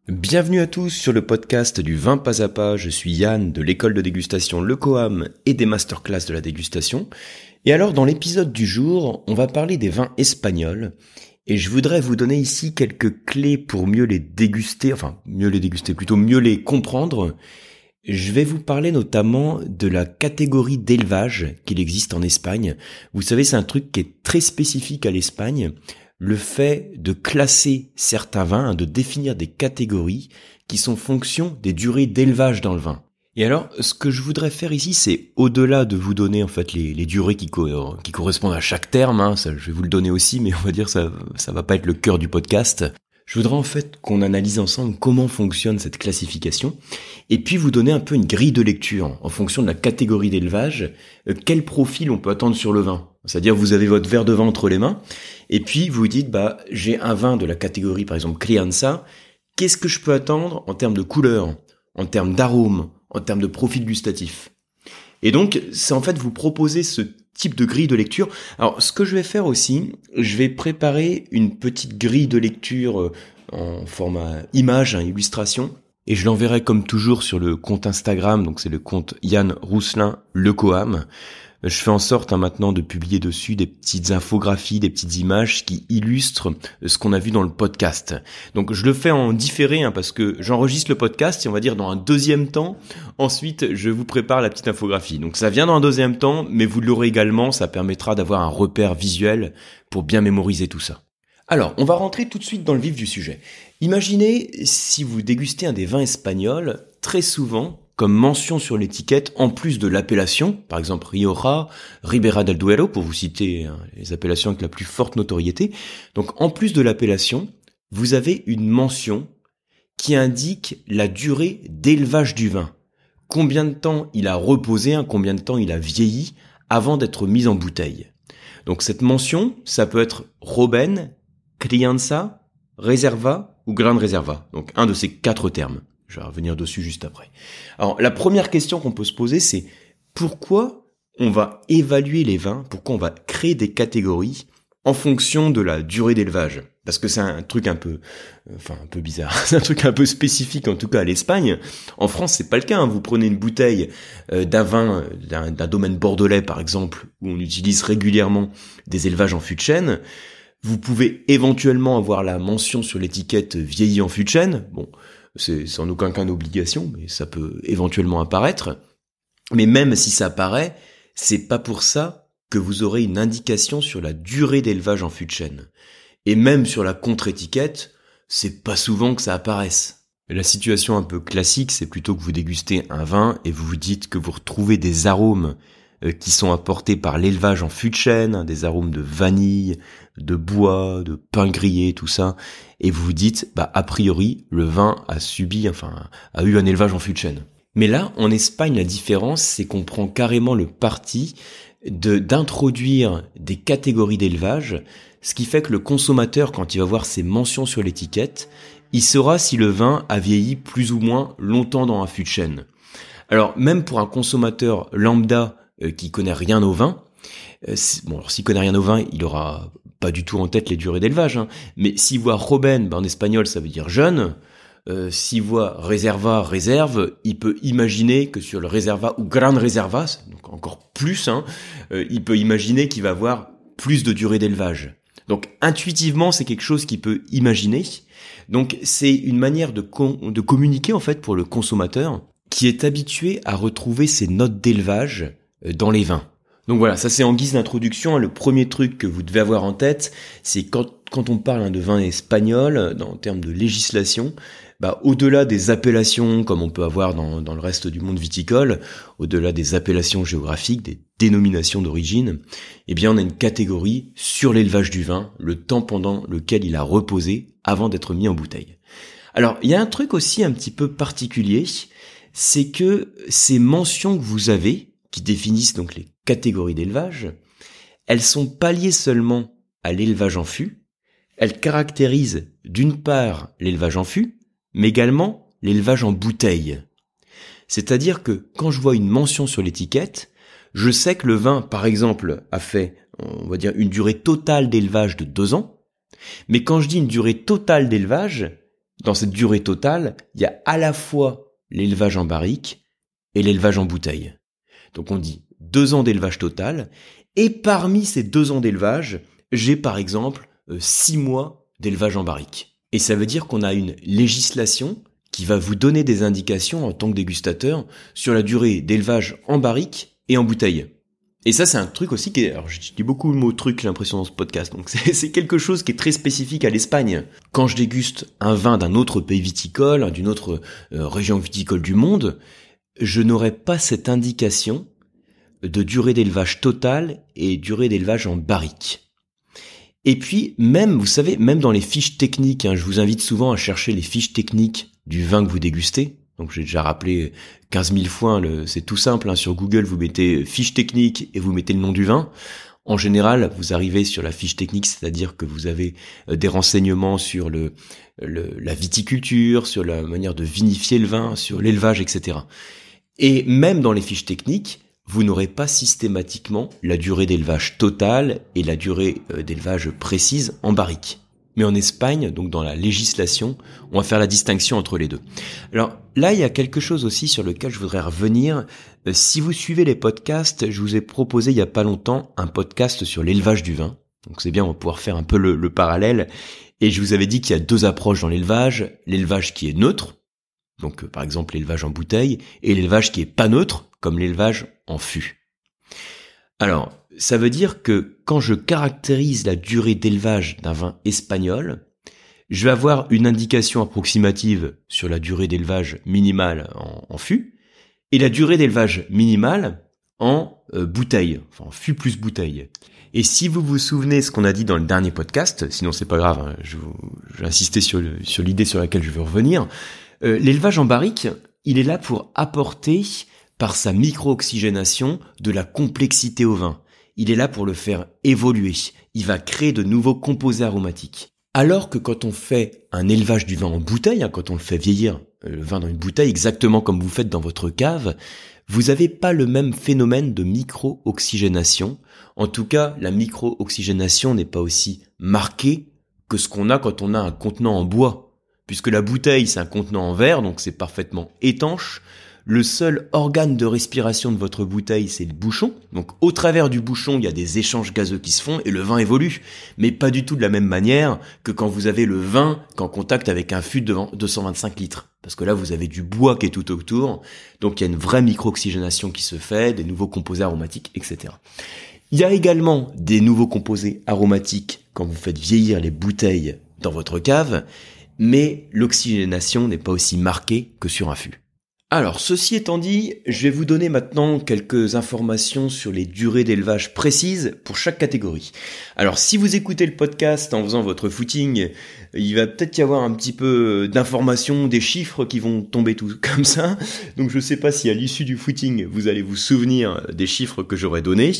Bienvenue à tous sur le podcast du vin pas à pas. Je suis Yann de l'école de dégustation Le Coam et des masterclass de la dégustation. Et alors dans l'épisode du jour, on va parler des vins espagnols et je voudrais vous donner ici quelques clés pour mieux les déguster, plutôt mieux les comprendre. Je vais vous parler notamment de la catégorie d'élevage qu'il existe en Espagne. Vous savez, c'est un truc qui est très spécifique à l'Espagne. Le fait de classer certains vins, de définir des catégories qui sont fonction des durées d'élevage dans le vin. Et alors, ce que je voudrais faire ici, c'est au-delà de vous donner en fait les durées qui correspondent à chaque terme, ça je vais vous le donner aussi, mais on va dire ça va pas être le cœur du podcast. Je voudrais en fait qu'on analyse ensemble comment fonctionne cette classification et puis vous donner un peu une grille de lecture en fonction de la catégorie d'élevage, quel profil on peut attendre sur le vin. C'est-à-dire vous avez votre verre de vin entre les mains et puis vous dites j'ai un vin de la catégorie par exemple Crianza, qu'est-ce que je peux attendre en termes de couleur, en termes d'arôme, en termes de profil gustatif. Et donc c'est en fait vous proposer ce type de grille de lecture. Alors, ce que je vais faire aussi, je vais préparer une petite grille de lecture en format image, illustration, et je l'enverrai comme toujours sur le compte Instagram, donc c'est le compte Yann Rousselin Le Coam. Je fais en sorte maintenant de publier dessus des petites infographies, des petites images qui illustrent ce qu'on a vu dans le podcast. Donc je le fais en différé parce que j'enregistre le podcast et on va dire dans un deuxième temps, ensuite je vous prépare la petite infographie. Donc ça vient dans un deuxième temps, mais vous l'aurez également, ça permettra d'avoir un repère visuel pour bien mémoriser tout ça. Alors, on va rentrer tout de suite dans le vif du sujet. Imaginez si vous dégustez un des vins espagnols, très souvent, comme mention sur l'étiquette, en plus de l'appellation, par exemple Rioja, Ribera del Duero, pour vous citer les appellations avec la plus forte notoriété. Donc en plus de l'appellation, vous avez une mention qui indique la durée d'élevage du vin. Combien de temps il a reposé, combien de temps il a vieilli avant d'être mis en bouteille. Donc cette mention, ça peut être Roben, Crianza, Reserva ou Gran Reserva. Donc un de ces 4 termes. Je vais revenir dessus juste après. Alors, la première question qu'on peut se poser, c'est pourquoi on va évaluer les vins, pourquoi on va créer des catégories en fonction de la durée d'élevage. Parce que c'est un truc un peu bizarre. C'est un truc un peu spécifique, en tout cas à l'Espagne. En France, c'est pas le cas. Vous prenez une bouteille d'un vin, d'un domaine bordelais, par exemple, où on utilise régulièrement des élevages en fût de chêne. Vous pouvez éventuellement avoir la mention sur l'étiquette vieilli en fût de chêne. Bon, c'est sans aucun cas une obligation, mais ça peut éventuellement apparaître. Mais même si ça apparaît, c'est pas pour ça que vous aurez une indication sur la durée d'élevage en fût de chêne. Et même sur la contre-étiquette, c'est pas souvent que ça apparaisse. La situation un peu classique, c'est plutôt que vous dégustez un vin et vous vous dites que vous retrouvez des arômes qui sont apportés par l'élevage en fût de chêne, des arômes de vanille, de bois, de pain grillé, tout ça, et vous vous dites, a priori, le vin a eu un élevage en fût de chêne. Mais là, en Espagne, la différence, c'est qu'on prend carrément le parti d'introduire des catégories d'élevage, ce qui fait que le consommateur, quand il va voir ces mentions sur l'étiquette, il saura si le vin a vieilli plus ou moins longtemps dans un fût de chêne. Alors, même pour un consommateur lambda qui connaît rien au vin, s'il connaît rien au vin, il aura pas du tout en tête les durées d'élevage, mais s'il voit Roben, en espagnol ça veut dire jeune, s'il voit Reserva, réserve, il peut imaginer que sur le Reserva ou Gran Reserva, donc encore plus, il peut imaginer qu'il va avoir plus de durée d'élevage. Donc intuitivement, c'est quelque chose qu'il peut imaginer. Donc c'est une manière de communiquer en fait pour le consommateur qui est habitué à retrouver ces notes d'élevage dans les vins. Donc voilà, ça c'est en guise d'introduction. Le premier truc que vous devez avoir en tête, c'est quand on parle de vin espagnol, en termes de législation, au-delà des appellations comme on peut avoir dans le reste du monde viticole, au-delà des appellations géographiques, des dénominations d'origine, on a une catégorie sur l'élevage du vin, le temps pendant lequel il a reposé avant d'être mis en bouteille. Alors, il y a un truc aussi un petit peu particulier, c'est que ces mentions que vous avez, qui définissent donc les catégories d'élevage, elles sont pas liées seulement à l'élevage en fût, elles caractérisent d'une part l'élevage en fût, mais également l'élevage en bouteille. C'est-à-dire que quand je vois une mention sur l'étiquette, je sais que le vin, par exemple, a fait, on va dire, une durée totale d'élevage de 2 ans, mais quand je dis une durée totale d'élevage, dans cette durée totale, il y a à la fois l'élevage en barrique et l'élevage en bouteille. Donc on dit 2 ans d'élevage total, et parmi ces 2 ans d'élevage, j'ai par exemple 6 mois d'élevage en barrique. Et ça veut dire qu'on a une législation qui va vous donner des indications en tant que dégustateur sur la durée d'élevage en barrique et en bouteille. Et ça, c'est un truc aussi qui est... Alors, je dis beaucoup le mot truc, j'ai l'impression, dans ce podcast. Donc, c'est quelque chose qui est très spécifique à l'Espagne. Quand je déguste un vin d'un autre pays viticole, d'une autre région viticole du monde, je n'aurai pas cette indication de durée d'élevage totale et durée d'élevage en barrique. Et puis, même, vous savez, même dans les fiches techniques, je vous invite souvent à chercher les fiches techniques du vin que vous dégustez. Donc j'ai déjà rappelé 15 000 fois, c'est tout simple, sur Google, vous mettez fiche technique et vous mettez le nom du vin. En général, vous arrivez sur la fiche technique, c'est-à-dire que vous avez des renseignements sur la viticulture, sur la manière de vinifier le vin, sur l'élevage, etc. Et même dans les fiches techniques, vous n'aurez pas systématiquement la durée d'élevage totale et la durée d'élevage précise en barrique. Mais en Espagne, donc dans la législation, on va faire la distinction entre les deux. Alors là, il y a quelque chose aussi sur lequel je voudrais revenir. Si vous suivez les podcasts, je vous ai proposé il y a pas longtemps un podcast sur l'élevage du vin. Donc c'est bien, on va pouvoir faire un peu le parallèle. Et je vous avais dit qu'il y a 2 approches dans l'élevage. L'élevage qui est neutre, donc par exemple l'élevage en bouteille, et l'élevage qui est pas neutre, comme l'élevage en fût. Alors, ça veut dire que quand je caractérise la durée d'élevage d'un vin espagnol, je vais avoir une indication approximative sur la durée d'élevage minimale en fût et la durée d'élevage minimale en bouteille, enfin en fût plus bouteille. Et si vous vous souvenez ce qu'on a dit dans le dernier podcast, sinon c'est pas grave, je vais insister sur l'idée sur laquelle je veux revenir, l'élevage en barrique, il est là pour apporter par sa micro-oxygénation de la complexité au vin. Il est là pour le faire évoluer. Il va créer de nouveaux composés aromatiques. Alors que quand on fait un élevage du vin en bouteille, quand on le fait vieillir, le vin dans une bouteille, exactement comme vous faites dans votre cave, vous n'avez pas le même phénomène de micro-oxygénation. En tout cas, la micro-oxygénation n'est pas aussi marquée que ce qu'on a quand on a un contenant en bois. Puisque la bouteille, c'est un contenant en verre, donc c'est parfaitement étanche. Le seul organe de respiration de votre bouteille, c'est le bouchon. Donc au travers du bouchon, il y a des échanges gazeux qui se font et le vin évolue. Mais pas du tout de la même manière que quand vous avez le vin qu'en contact avec un fût de 225 litres. Parce que là, vous avez du bois qui est tout autour. Donc il y a une vraie micro-oxygénation qui se fait, des nouveaux composés aromatiques, etc. Il y a également des nouveaux composés aromatiques quand vous faites vieillir les bouteilles dans votre cave. Mais l'oxygénation n'est pas aussi marquée que sur un fût. Alors, ceci étant dit, je vais vous donner maintenant quelques informations sur les durées d'élevage précises pour chaque catégorie. Alors, si vous écoutez le podcast en faisant votre footing, il va peut-être y avoir un petit peu d'informations, des chiffres qui vont tomber tout comme ça. Donc, je ne sais pas si à l'issue du footing, vous allez vous souvenir des chiffres que j'aurais donnés.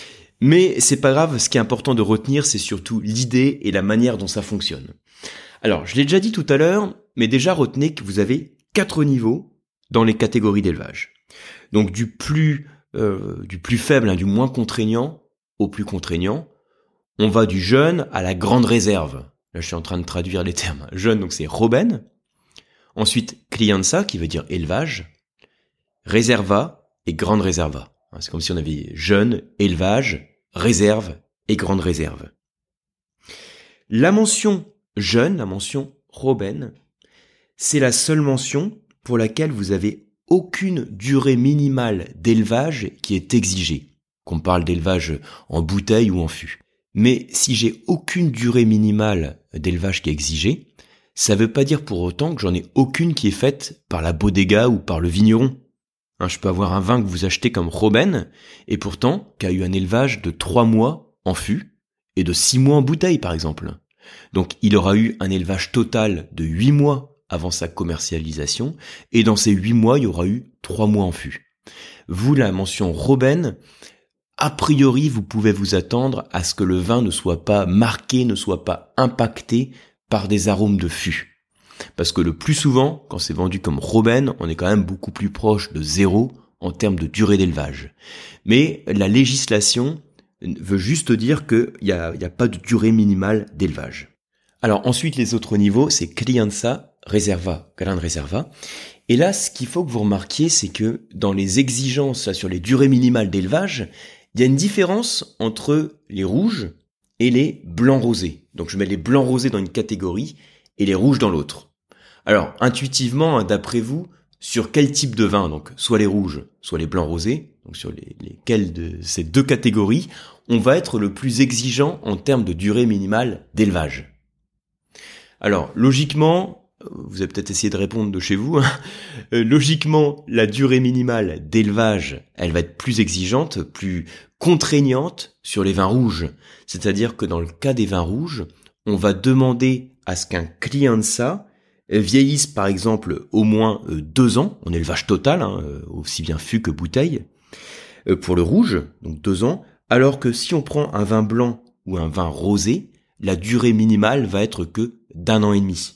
Mais c'est pas grave, ce qui est important de retenir, c'est surtout l'idée et la manière dont ça fonctionne. Alors, je l'ai déjà dit tout à l'heure, mais déjà retenez que vous avez 4 niveaux dans les catégories d'élevage. Donc du plus faible, du moins contraignant au plus contraignant, on va du jeune à la grande réserve. Là, je suis en train de traduire les termes. Jeune, donc c'est Robben. Ensuite, Crianza, qui veut dire élevage. Reserva et grande réserva. C'est comme si on avait jeune, élevage, réserve et grande réserve. La mention jeune, la mention Robben, c'est la seule mention pour laquelle vous avez aucune durée minimale d'élevage qui est exigée, qu'on parle d'élevage en bouteille ou en fût. Mais si j'ai aucune durée minimale d'élevage qui est exigée, ça veut pas dire pour autant que j'en ai aucune qui est faite par la bodega ou par le vigneron. Je peux avoir un vin que vous achetez comme Robben, et pourtant qui a eu un élevage de 3 mois en fût et de 6 mois en bouteille par exemple. Donc il aura eu un élevage total de 8 mois avant sa commercialisation, et dans ces 8 mois, il y aura eu 3 mois en fût. Vous, la mention Robben, a priori, vous pouvez vous attendre à ce que le vin ne soit pas marqué, ne soit pas impacté par des arômes de fût. Parce que le plus souvent, quand c'est vendu comme Robben, on est quand même beaucoup plus proche de 0 en termes de durée d'élevage. Mais la législation veut juste dire qu'il y a pas de durée minimale d'élevage. Alors ensuite, les autres niveaux, c'est Crianza Reserva, Gran Reserva. Et là, ce qu'il faut que vous remarquiez, c'est que dans les exigences là, sur les durées minimales d'élevage, il y a une différence entre les rouges et les blancs rosés. Donc je mets les blancs rosés dans une catégorie et les rouges dans l'autre. Alors, intuitivement, d'après vous, sur quel type de vin, donc soit les rouges, soit les blancs rosés, donc sur lesquels de ces deux catégories, on va être le plus exigeant en termes de durée minimale d'élevage? Alors, logiquement, vous avez peut-être essayé de répondre de chez vous, logiquement, la durée minimale d'élevage, elle va être plus exigeante, plus contraignante sur les vins rouges. C'est-à-dire que dans le cas des vins rouges, on va demander à ce qu'un crianza vieillisse par exemple au moins 2 ans, en élevage total, aussi bien fût que bouteille, pour le rouge, donc 2 ans, alors que si on prend un vin blanc ou un vin rosé, la durée minimale va être que d'1 an et demi.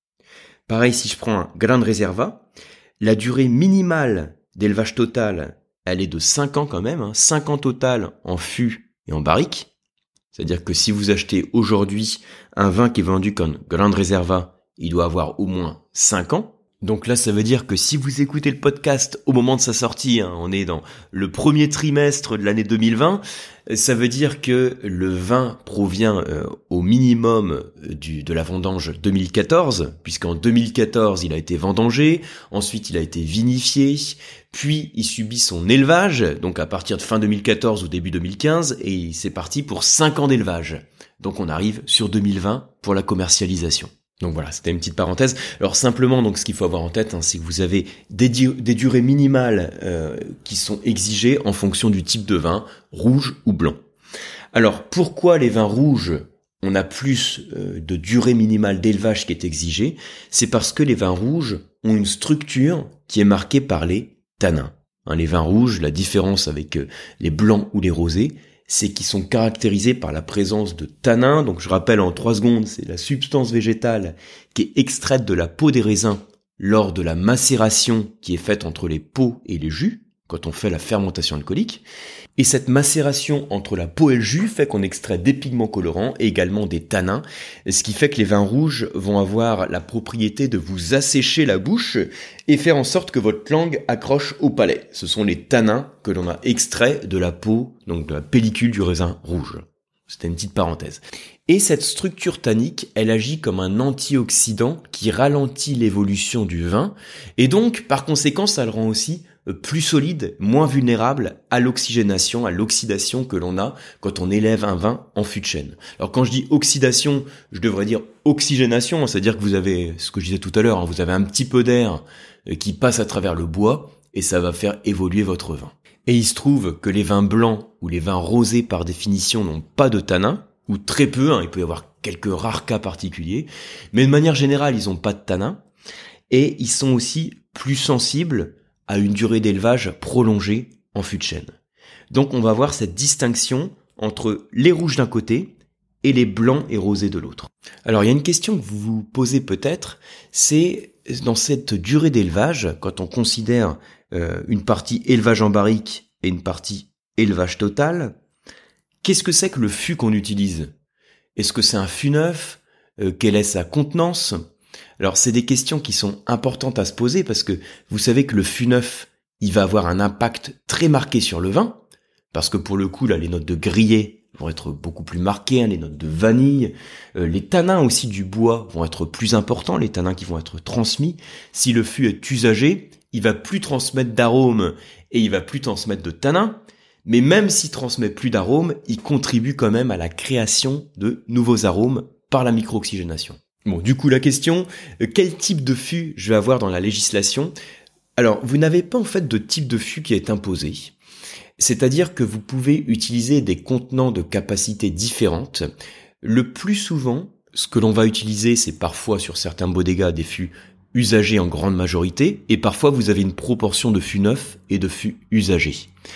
Pareil, si je prends un Gran Reserva, la durée minimale d'élevage total, elle est de 5 ans quand même, 5 ans total en fût et en barrique. C'est-à-dire que si vous achetez aujourd'hui un vin qui est vendu comme Gran Reserva, il doit avoir au moins 5 ans. Donc là, ça veut dire que si vous écoutez le podcast au moment de sa sortie, on est dans le premier trimestre de l'année 2020, ça veut dire que le vin provient au minimum de la vendange 2014, puisqu'en 2014, il a été vendangé, ensuite il a été vinifié, puis il subit son élevage, donc à partir de fin 2014 ou début 2015, et c'est parti pour 5 ans d'élevage. Donc on arrive sur 2020 pour la commercialisation. Donc voilà, c'était une petite parenthèse. Alors simplement, donc ce qu'il faut avoir en tête, c'est que vous avez des durées minimales qui sont exigées en fonction du type de vin, rouge ou blanc. Alors pourquoi les vins rouges, on a plus de durée minimale d'élevage qui est exigée? C'est parce que les vins rouges ont une structure qui est marquée par les tanins. Les vins rouges, la différence avec les blancs ou les rosés, c'est qu'ils sont caractérisés par la présence de tanins. Donc je rappelle en 3 secondes, c'est la substance végétale qui est extraite de la peau des raisins lors de la macération qui est faite entre les peaux et les jus, quand on fait la fermentation alcoolique. Et cette macération entre la peau et le jus fait qu'on extrait des pigments colorants et également des tanins, ce qui fait que les vins rouges vont avoir la propriété de vous assécher la bouche et faire en sorte que votre langue accroche au palais. Ce sont les tanins que l'on a extraits de la peau, donc de la pellicule du raisin rouge. C'était une petite parenthèse. Et cette structure tannique, elle agit comme un antioxydant qui ralentit l'évolution du vin et donc, par conséquent, ça le rend aussi plus solide, moins vulnérable à l'oxygénation, à l'oxydation que l'on a quand on élève un vin en fût de chêne. Alors quand je dis oxydation, je devrais dire oxygénation, c'est-à-dire que vous avez, ce que je disais tout à l'heure, vous avez un petit peu d'air qui passe à travers le bois et ça va faire évoluer votre vin. Et il se trouve que les vins blancs ou les vins rosés par définition n'ont pas de tanins, ou très peu, il peut y avoir quelques rares cas particuliers, mais de manière générale ils n'ont pas de tanins et ils sont aussi plus sensibles à une durée d'élevage prolongée en fût de chêne. Donc on va voir cette distinction entre les rouges d'un côté et les blancs et rosés de l'autre. Alors il y a une question que vous vous posez peut-être, c'est dans cette durée d'élevage, quand on considère une partie élevage en barrique et une partie élevage total, qu'est-ce que c'est que le fût qu'on utilise? Est-ce que c'est un fût neuf? Quelle est sa contenance? Alors c'est des questions qui sont importantes à se poser parce que vous savez que le fût neuf, il va avoir un impact très marqué sur le vin, parce que pour le coup là les notes de grillé vont être beaucoup plus marquées, les notes de vanille, les tanins aussi du bois vont être plus importants, les tanins qui vont être transmis. Si le fût est usagé, il va plus transmettre d'arômes et il va plus transmettre de tanins, mais même s'il transmet plus d'arômes, il contribue quand même à la création de nouveaux arômes par la micro-oxygénation. Bon, du coup, la question, quel type de fût je vais avoir dans la législation? Alors, vous n'avez pas en fait de type de fût qui est imposé. C'est-à-dire que vous pouvez utiliser des contenants de capacité différentes. Le plus souvent, ce que l'on va utiliser, c'est parfois sur certains bodegas des fûts usagés en grande majorité, et parfois vous avez une proportion de fûts neufs et de fûts usagés.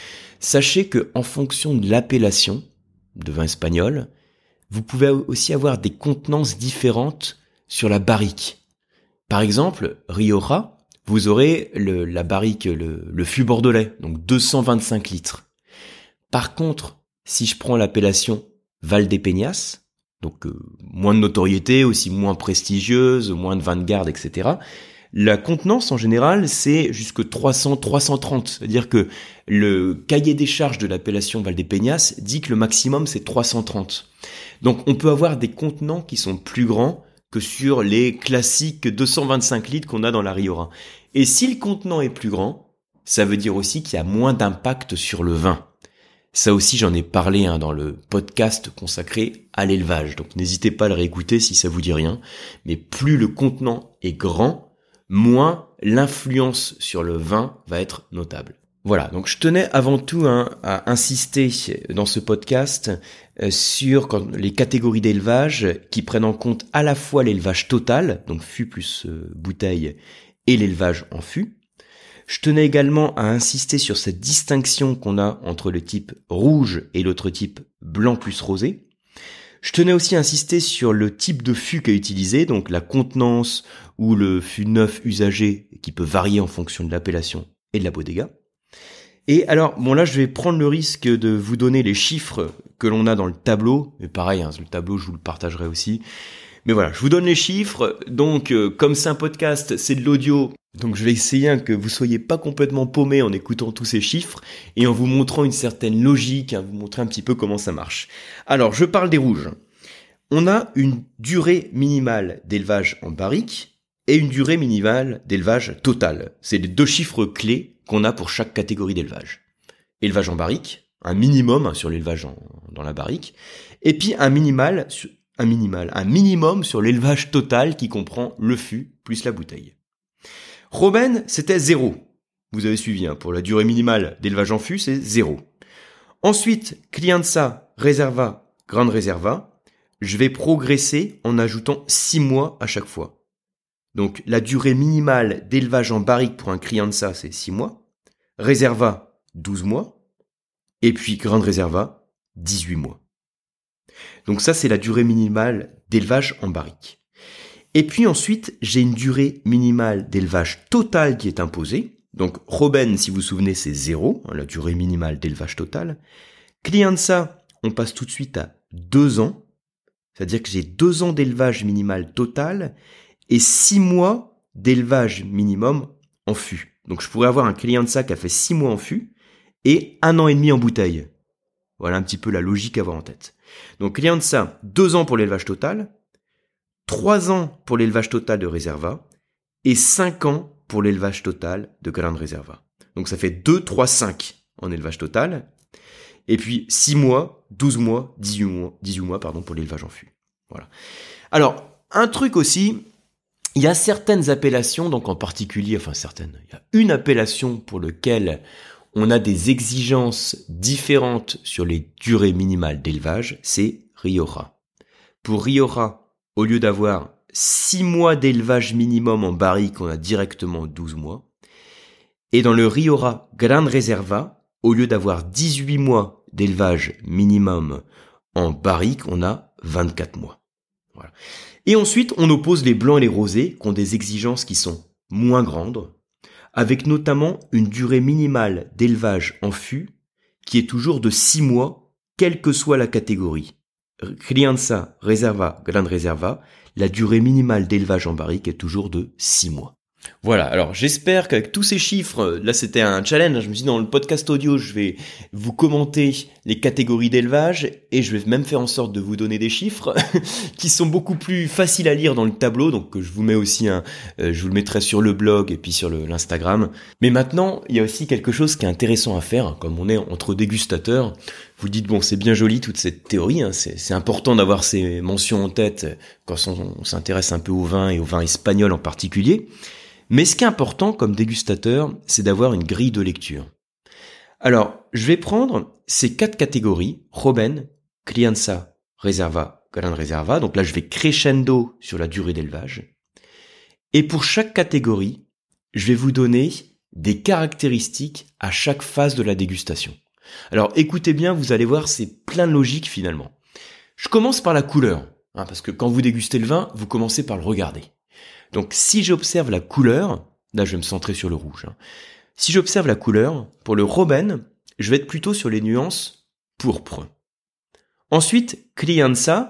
Sachez que en fonction de l'appellation de vin espagnol, vous pouvez aussi avoir des contenances différentes sur la barrique. Par exemple, Rioja, vous aurez la barrique, le fût bordelais, donc 225 litres. Par contre, si je prends l'appellation Valdepeñas, Donc moins de notoriété, aussi moins prestigieuse, moins de vins de garde, etc. La contenance en général, c'est jusque 300, 330. C'est-à-dire que le cahier des charges de l'appellation Valdepeñas dit que le maximum c'est 330. Donc on peut avoir des contenants qui sont plus grands que sur les classiques 225 litres qu'on a dans la Rioja. Et si le contenant est plus grand, ça veut dire aussi qu'il y a moins d'impact sur le vin. Ça aussi, j'en ai parlé dans le podcast consacré à l'élevage. Donc n'hésitez pas à le réécouter si ça vous dit rien. Mais plus le contenant est grand, moins l'influence sur le vin va être notable. Voilà, donc je tenais avant tout à insister dans ce podcast sur les catégories d'élevage qui prennent en compte à la fois l'élevage total, donc fût plus bouteille, et l'élevage en fût. Je tenais également à insister sur cette distinction qu'on a entre le type rouge et l'autre type blanc plus rosé. Je tenais aussi à insister sur le type de fût qu'a utilisé, donc la contenance ou le fût neuf usagé qui peut varier en fonction de l'appellation et de la bodega. Et alors, bon là je vais prendre le risque de vous donner les chiffres que l'on a dans le tableau, mais pareil, le tableau je vous le partagerai aussi. Mais voilà, je vous donne les chiffres, donc comme c'est un podcast, c'est de l'audio, donc je vais essayer que vous soyez pas complètement paumé en écoutant tous ces chiffres et en vous montrant une certaine logique, vous montrer un petit peu comment ça marche. Alors, je parle des rouges. On a une durée minimale d'élevage en barrique et une durée minimale d'élevage total. C'est les deux chiffres clés qu'on a pour chaque catégorie d'élevage. Élevage en barrique, un minimum sur l'élevage dans la barrique, et puis un minimum sur l'élevage total qui comprend le fût plus la bouteille. Robben, c'était 0. Vous avez suivi, pour la durée minimale d'élevage en fût, c'est 0. Ensuite, Crianza, Reserva, Grande Reserva, je vais progresser en ajoutant 6 mois à chaque fois. Donc, la durée minimale d'élevage en barrique pour un Crianza, c'est 6 mois. Reserva, 12 mois. Et puis, Grande Reserva, 18 mois. Donc ça, c'est la durée minimale d'élevage en barrique. Et puis ensuite, j'ai une durée minimale d'élevage total qui est imposée. Donc Robben, si vous vous souvenez, c'est 0, la durée minimale d'élevage total. Crianza, on passe tout de suite à 2 ans. C'est-à-dire que j'ai 2 ans d'élevage minimal total et 6 mois d'élevage minimum en fût. Donc je pourrais avoir un Crianza qui a fait 6 mois en fût et 1 an et demi en bouteille. Voilà un petit peu la logique à avoir en tête. Donc Crianza, 2 ans pour l'élevage total, 3 ans pour l'élevage total de Reserva et 5 ans pour l'élevage total de Grande Reserva. Donc ça fait 2, 3, 5 en élevage total. Et puis 6 mois, 12 mois, 18 mois pour l'élevage en fût. Voilà. Alors, un truc aussi, il y a certaines appellations, donc en particulier, il y a une appellation pour laquelle on a des exigences différentes sur les durées minimales d'élevage, c'est Rioja. Pour Rioja, au lieu d'avoir 6 mois d'élevage minimum en barrique, on a directement 12 mois. Et dans le Rioja Grande Reserva, au lieu d'avoir 18 mois d'élevage minimum en barrique, on a 24 mois. Voilà. Et ensuite, on oppose les blancs et les rosés, qui ont des exigences qui sont moins grandes, avec notamment une durée minimale d'élevage en fût, qui est toujours de 6 mois, quelle que soit la catégorie. Crianza, Reserva, Grande Reserva, la durée minimale d'élevage en barrique est toujours de 6 mois. Voilà, alors j'espère qu'avec tous ces chiffres, là c'était un challenge, je me suis dit dans le podcast audio, je vais vous commenter les catégories d'élevage et je vais même faire en sorte de vous donner des chiffres qui sont beaucoup plus faciles à lire dans le tableau, donc je vous mets aussi je vous le mettrai sur le blog et puis sur l'Instagram. Mais maintenant, il y a aussi quelque chose qui est intéressant à faire, comme on est entre dégustateurs. Vous dites, bon, c'est bien joli toute cette théorie, c'est important d'avoir ces mentions en tête quand on s'intéresse un peu au vin et au vin espagnol en particulier. Mais ce qui est important comme dégustateur, c'est d'avoir une grille de lecture. Alors, je vais prendre ces 4 catégories, Robben, Crianza, Reserva, Grande Reserva. Donc là, je vais crescendo sur la durée d'élevage. Et pour chaque catégorie, je vais vous donner des caractéristiques à chaque phase de la dégustation. Alors, écoutez bien, vous allez voir, c'est plein de logique finalement. Je commence par la couleur, parce que quand vous dégustez le vin, vous commencez par le regarder. Donc si j'observe la couleur, là je vais me centrer sur le rouge. Si j'observe la couleur, pour le Robben, je vais être plutôt sur les nuances pourpres. Ensuite, Crianza,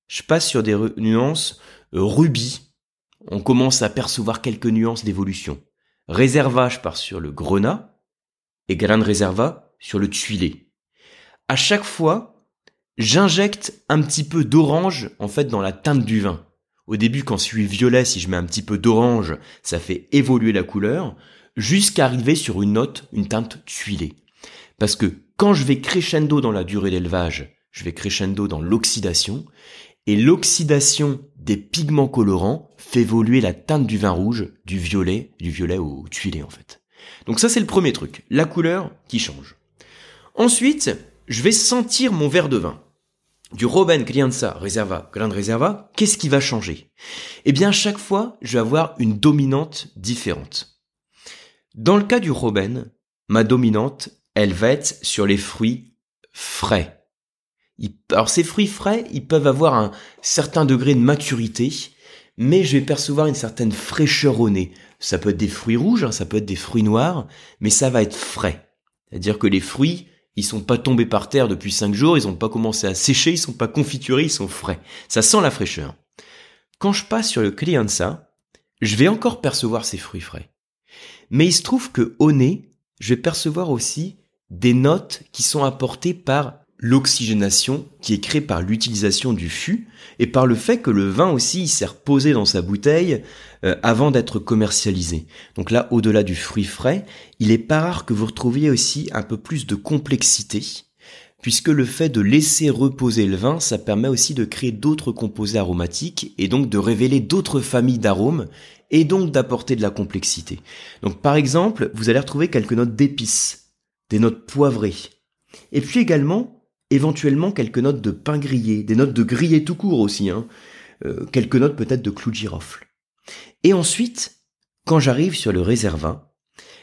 je passe sur des nuances rubis. On commence à percevoir quelques nuances d'évolution. Reserva, je pars sur le grenat, et Gran Reserva sur le tuilé. À chaque fois, j'injecte un petit peu d'orange en fait dans la teinte du vin. Au début, quand je suis violet, si je mets un petit peu d'orange, ça fait évoluer la couleur, jusqu'à arriver sur une note, une teinte tuilée. Parce que quand je vais crescendo dans la durée d'élevage, je vais crescendo dans l'oxydation, et l'oxydation des pigments colorants fait évoluer la teinte du vin rouge, du violet au tuilé en fait. Donc ça c'est le premier truc, la couleur qui change. Ensuite, je vais sentir mon verre de vin. Du Robben, Crianza, Reserva, Gran Reserva, qu'est-ce qui va changer? Eh bien, chaque fois, je vais avoir une dominante différente. Dans le cas du Robben, ma dominante, elle va être sur les fruits frais. Alors, ces fruits frais, ils peuvent avoir un certain degré de maturité, mais je vais percevoir une certaine fraîcheur au nez. Ça peut être des fruits rouges, ça peut être des fruits noirs, mais ça va être frais. C'est-à-dire que les fruits, ils sont pas tombés par terre depuis 5 jours, ils ont pas commencé à sécher, ils sont pas confiturés, ils sont frais. Ça sent la fraîcheur. Quand je passe sur le Crianza, je vais encore percevoir ces fruits frais. Mais il se trouve que au nez, je vais percevoir aussi des notes qui sont apportées par l'oxygénation qui est créée par l'utilisation du fût et par le fait que le vin aussi il s'est reposé dans sa bouteille avant d'être commercialisé. Donc là, au-delà du fruit frais, il est pas rare que vous retrouviez aussi un peu plus de complexité, puisque le fait de laisser reposer le vin, ça permet aussi de créer d'autres composés aromatiques et donc de révéler d'autres familles d'arômes et donc d'apporter de la complexité. Donc par exemple, vous allez retrouver quelques notes d'épices, des notes poivrées, et puis également éventuellement quelques notes de pain grillé, des notes de grillé tout court aussi, quelques notes peut-être de clou de girofle. Et ensuite, quand j'arrive sur le Reserva,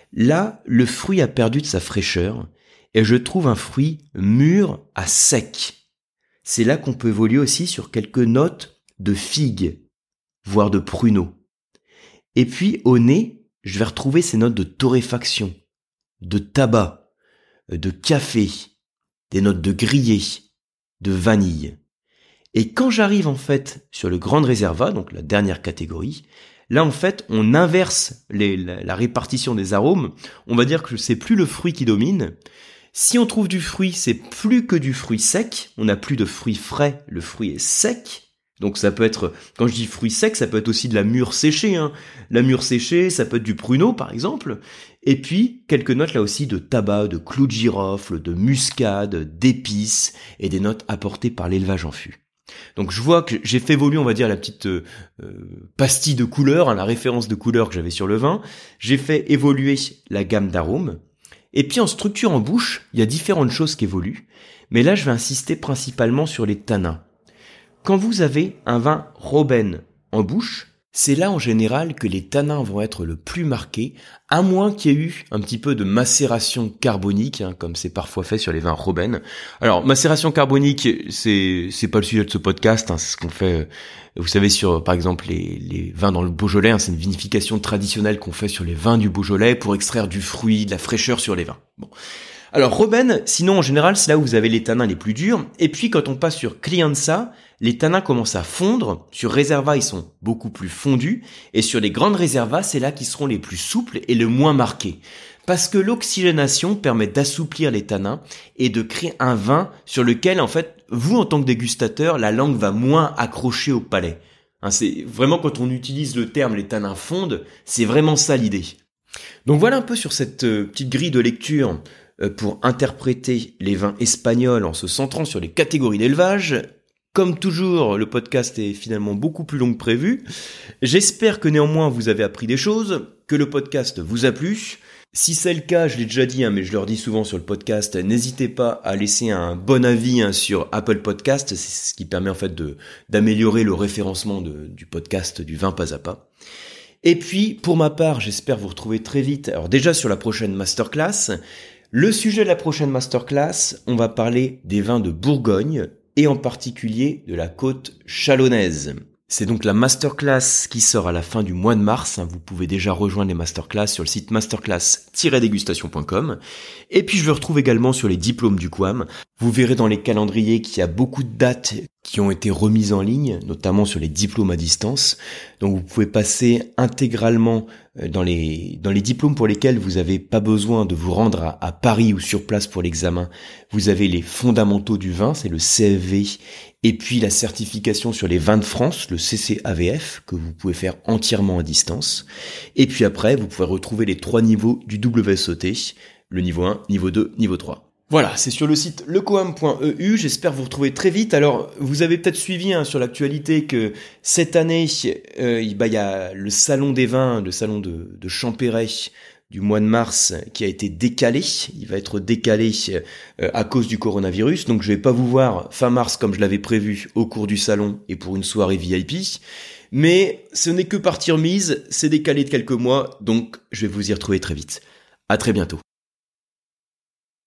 là, le fruit a perdu de sa fraîcheur et je trouve un fruit mûr à sec. C'est là qu'on peut évoluer aussi sur quelques notes de figue, voire de pruneau. Et puis au nez, je vais retrouver ces notes de torréfaction, de tabac, de café, des notes de grillé, de vanille. Et quand j'arrive en fait sur le Gran Reserva, donc la dernière catégorie, là en fait on inverse la répartition des arômes. On va dire que c'est plus le fruit qui domine. Si on trouve du fruit, c'est plus que du fruit sec. On n'a plus de fruits frais, le fruit est sec. Donc ça peut être, quand je dis fruit sec, ça peut être aussi de la mûre séchée. La mûre séchée, ça peut être du pruneau par exemple. Et puis, quelques notes là aussi de tabac, de clou de girofle, de muscade, d'épices et des notes apportées par l'élevage en fût. Donc je vois que j'ai fait évoluer, on va dire, la petite pastille de couleur, la référence de couleur que j'avais sur le vin. J'ai fait évoluer la gamme d'arômes. Et puis en structure en bouche, il y a différentes choses qui évoluent. Mais là, je vais insister principalement sur les tanins. Quand vous avez un vin Robben en bouche, c'est là en général que les tanins vont être le plus marqués, à moins qu'il y ait eu un petit peu de macération carbonique, comme c'est parfois fait sur les vins Robben. Alors, macération carbonique, c'est pas le sujet de ce podcast, c'est ce qu'on fait, vous savez, sur, par exemple, les vins dans le Beaujolais, c'est une vinification traditionnelle qu'on fait sur les vins du Beaujolais pour extraire du fruit, de la fraîcheur sur les vins. Bon. Alors, Robben, sinon, en général, c'est là où vous avez les tanins les plus durs. Et puis, quand on passe sur Crianza, les tanins commencent à fondre. Sur Reserva, ils sont beaucoup plus fondus. Et sur les grandes Reserva, c'est là qu'ils seront les plus souples et le moins marqués. Parce que l'oxygénation permet d'assouplir les tanins et de créer un vin sur lequel, en fait, vous, en tant que dégustateur, la langue va moins accrocher au palais. C'est vraiment quand on utilise le terme les tanins fondent, c'est vraiment ça l'idée. Donc voilà un peu sur cette petite grille de lecture pour interpréter les vins espagnols en se centrant sur les catégories d'élevage. Comme toujours, le podcast est finalement beaucoup plus long que prévu. J'espère que néanmoins vous avez appris des choses, que le podcast vous a plu. Si c'est le cas, je l'ai déjà dit, mais je le redis souvent sur le podcast, n'hésitez pas à laisser un bon avis sur Apple Podcast. C'est ce qui permet en fait d'améliorer le référencement du podcast du vin pas à pas. Et puis, pour ma part, j'espère vous retrouver très vite. Alors déjà sur la prochaine masterclass. Le sujet de la prochaine masterclass, on va parler des vins de Bourgogne et en particulier de la côte chalonnaise. C'est donc la masterclass qui sort à la fin du mois de mars. Vous pouvez déjà rejoindre les masterclass sur le site masterclass-dégustation.com. Et puis je vous retrouve également sur les diplômes du QAM. Vous verrez dans les calendriers qu'il y a beaucoup de dates qui ont été remises en ligne, notamment sur les diplômes à distance. Donc vous pouvez passer intégralement dans les diplômes pour lesquels vous n'avez pas besoin de vous rendre à Paris ou sur place pour l'examen. Vous avez les fondamentaux du vin, c'est le CFV, et puis la certification sur les vins de France, le CCAVF, que vous pouvez faire entièrement à distance. Et puis après, vous pouvez retrouver les 3 niveaux du WSET, le niveau 1, niveau 2, niveau 3. Voilà, c'est sur le site lecoam.eu, j'espère vous retrouver très vite. Alors, vous avez peut-être suivi sur l'actualité que cette année, il y a le salon des vins, le salon de Champéret du mois de mars qui a été décalé. Il va être décalé à cause du coronavirus, donc je vais pas vous voir fin mars comme je l'avais prévu au cours du salon et pour une soirée VIP. Mais ce n'est que partie remise, c'est décalé de quelques mois, donc je vais vous y retrouver très vite. À très bientôt.